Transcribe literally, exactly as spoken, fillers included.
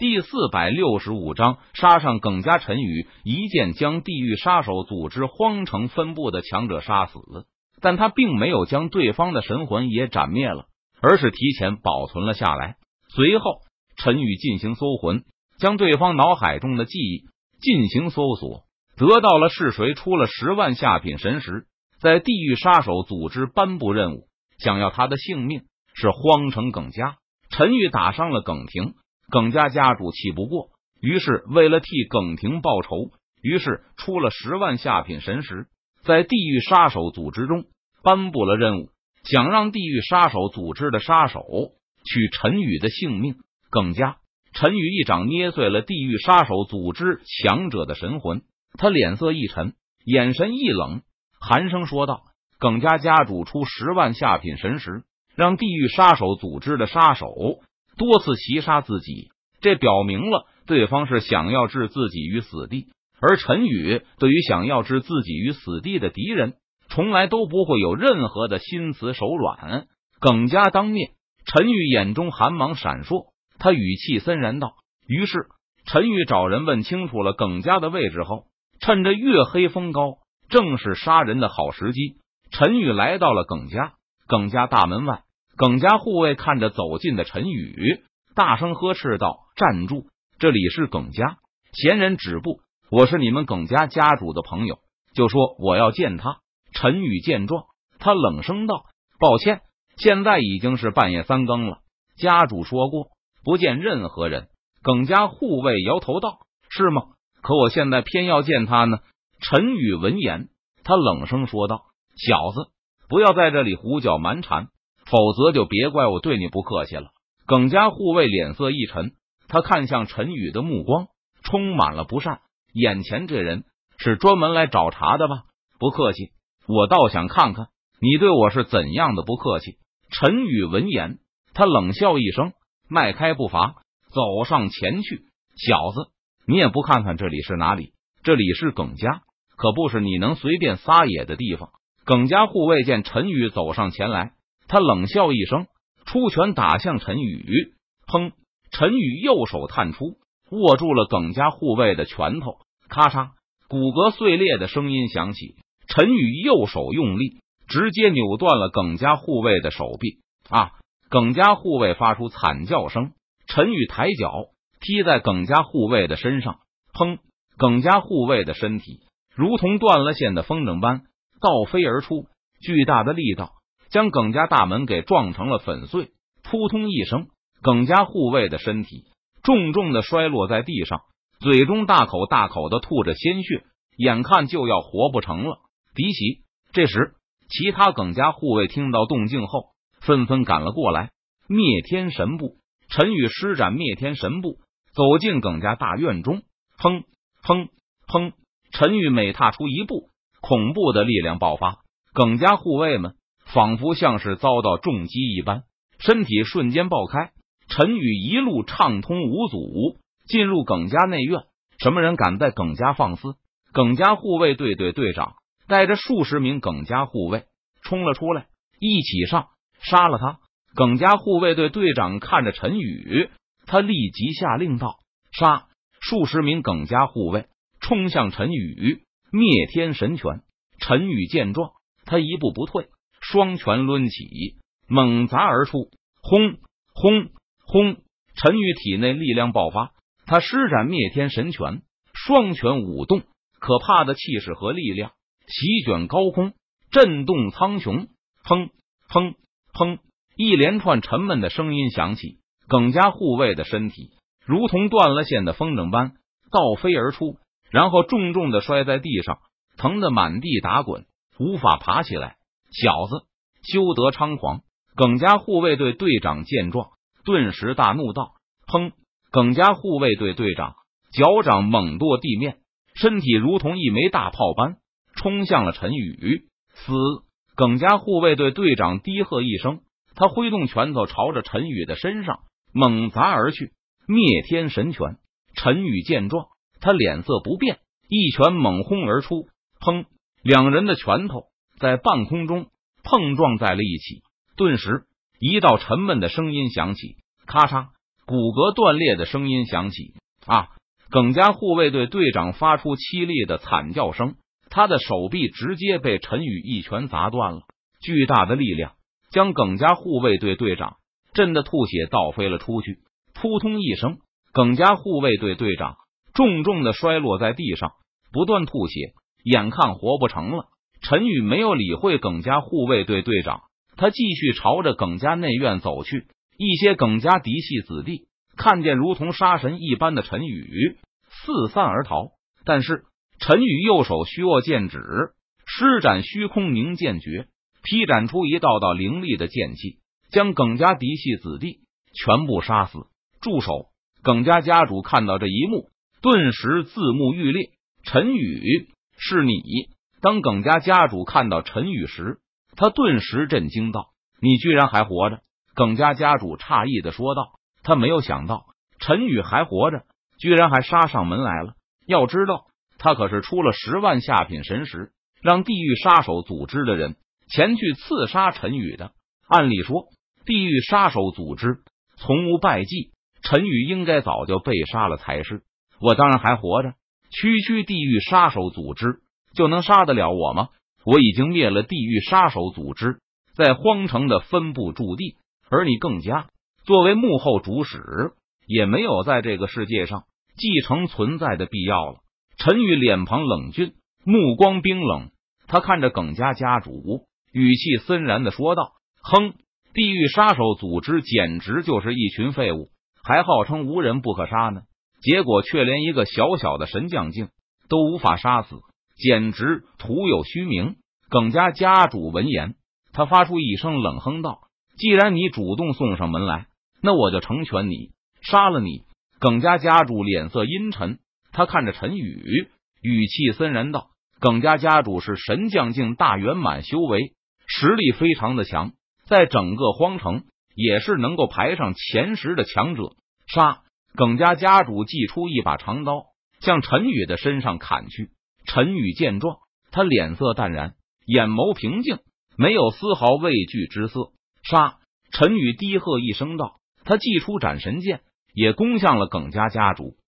第四百六十五章杀上耿家。陈宇一剑将地狱杀手组织荒城分部的强者杀死，但他并没有将对方的神魂也斩灭了，而是提前保存了下来。随后陈宇进行搜魂，将对方脑海中的记忆进行搜索，得到了是谁出了十万下品神石，在地狱杀手组织颁布任务，想要他的性命，是荒城耿家。陈宇打伤了耿婷，耿家家主气不过，于是为了替耿婷报仇，于是出了十万下品神石，在地狱杀手组织中颁布了任务，想让地狱杀手组织的杀手取陈宇的性命。耿家，陈宇一掌捏碎了地狱杀手组织强者的神魂，他脸色一沉，眼神一冷，寒声说道：耿家家主出十万下品神石，让地狱杀手组织的杀手多次袭杀自己，这表明了对方是想要置自己于死地，而陈宇对于想要置自己于死地的敌人，从来都不会有任何的心慈手软。耿家当面，陈宇眼中寒芒闪烁，他语气森然道。于是陈宇找人问清楚了耿家的位置后，趁着月黑风高，正是杀人的好时机，陈宇来到了耿家。耿家大门外，耿家护卫看着走近的陈宇，大声呵斥道：站住，这里是耿家，闲人止步，我是你们耿家家主的朋友，就说我要见他。陈宇见状，他冷声道：抱歉，现在已经是半夜三更了，家主说过不见任何人。耿家护卫摇头道：是吗？可我现在偏要见他呢。陈宇闻言，他冷声说道：小子，不要在这里胡搅蛮缠，否则就别怪我对你不客气了。耿家护卫脸色一沉，他看向陈宇的目光充满了不善，眼前这人是专门来找茬的吧？不客气，我倒想看看你对我是怎样的不客气。陈宇闻言，他冷笑一声，迈开步伐走上前去。小子，你也不看看这里是哪里？这里是耿家，可不是你能随便撒野的地方。耿家护卫见陈宇走上前来，他冷笑一声，出拳打向陈宇。砰！陈宇右手探出，握住了耿家护卫的拳头，咔嚓，骨骼碎裂的声音响起。陈宇右手用力，直接扭断了耿家护卫的手臂。啊！耿家护卫发出惨叫声，陈宇抬脚踢在耿家护卫的身上，砰！耿家护卫的身体如同断了线的风筝般倒飞而出，巨大的力道将耿家大门给撞成了粉碎。扑通一声，耿家护卫的身体重重的摔落在地上，嘴中大口大口的吐着鲜血，眼看就要活不成了。敌袭！这时其他耿家护卫听到动静后纷纷赶了过来。灭天神步！陈宇施展灭天神步走进耿家大院中。砰砰砰！陈宇每踏出一步，恐怖的力量爆发，耿家护卫们仿佛像是遭到重击一般，身体瞬间爆开。陈宇一路畅通无阻进入耿家内院。什么人敢在耿家放肆？耿家护卫队队队长带着数十名耿家护卫冲了出来，一起上，杀了他！耿家护卫队队长看着陈宇，他立即下令道：杀！数十名耿家护卫冲向陈宇，灭天神拳！陈宇见状，他一步不退，双拳抡起，猛砸而出。轰轰轰！陈宇体内力量爆发，他施展灭天神拳，双拳舞动，可怕的气势和力量席卷高空，震动苍穹。砰砰砰！一连串沉闷的声音响起，耿家护卫的身体如同断了线的风筝般倒飞而出，然后重重的摔在地上，疼得满地打滚，无法爬起来。小子，休得猖狂！耿家护卫队队长见状，顿时大怒道：砰！耿家护卫队队长脚掌猛跺地面，身体如同一枚大炮般冲向了陈宇。死！耿家护卫队队长低喝一声，他挥动拳头朝着陈宇的身上猛砸而去。灭天神拳！陈宇见状，他脸色不变，一拳猛轰而出。砰！两人的拳头在半空中碰撞在了一起，顿时一道沉闷的声音响起，咔嚓！ 骨骼断裂的声音响起。啊！耿家护卫队队长发出凄厉的惨叫声，他的手臂直接被陈宇一拳砸断了。巨大的力量将耿家护卫队队长震得吐血倒飞了出去。扑通一声，耿家护卫队队长重重的摔落在地上，不断吐血，眼看活不成了。陈宇没有理会耿家护卫队队长，他继续朝着耿家内院走去。一些耿家嫡系子弟看见如同杀神一般的陈宇，四散而逃。但是陈宇右手虚握剑指，施展虚空凝剑诀，劈斩出一道道凌厉的剑气，将耿家嫡系子弟全部杀死。住手！耿家家主看到这一幕，顿时字幕欲裂。陈宇，是你！当耿家家主看到陈宇时，他顿时震惊道：“你居然还活着！”耿家家主诧异的说道：“他没有想到陈宇还活着，居然还杀上门来了。要知道，他可是出了十万下品神石，让地狱杀手组织的人前去刺杀陈宇的。按理说，地狱杀手组织从无败绩，陈宇应该早就被杀了才是。我当然还活着，区区地狱杀手组织就能杀得了我吗？我已经灭了地狱杀手组织在荒城的分部驻地，而你更加作为幕后主使，也没有在这个世界上继承存在的必要了。”陈宇脸庞冷峻，目光冰冷，他看着耿家家主，语气森然的说道：“哼，地狱杀手组织简直就是一群废物，还号称无人不可杀呢，结果却连一个小小的神将境都无法杀死，简直徒有虚名。”耿家家主闻言，他发出一声冷哼道：“既然你主动送上门来，那我就成全你，杀了你。”耿家家主脸色阴沉，他看着陈宇，语气森然道：“耿家家主是神将境大圆满修为，实力非常的强，在整个荒城也是能够排上前十的强者。”杀！耿家家主祭出一把长刀，向陈宇的身上砍去。陈宇见状，他脸色淡然，眼眸平静，没有丝毫畏惧之色。杀！陈宇低喝一声道，他祭出斩神剑，也攻向了耿家家主。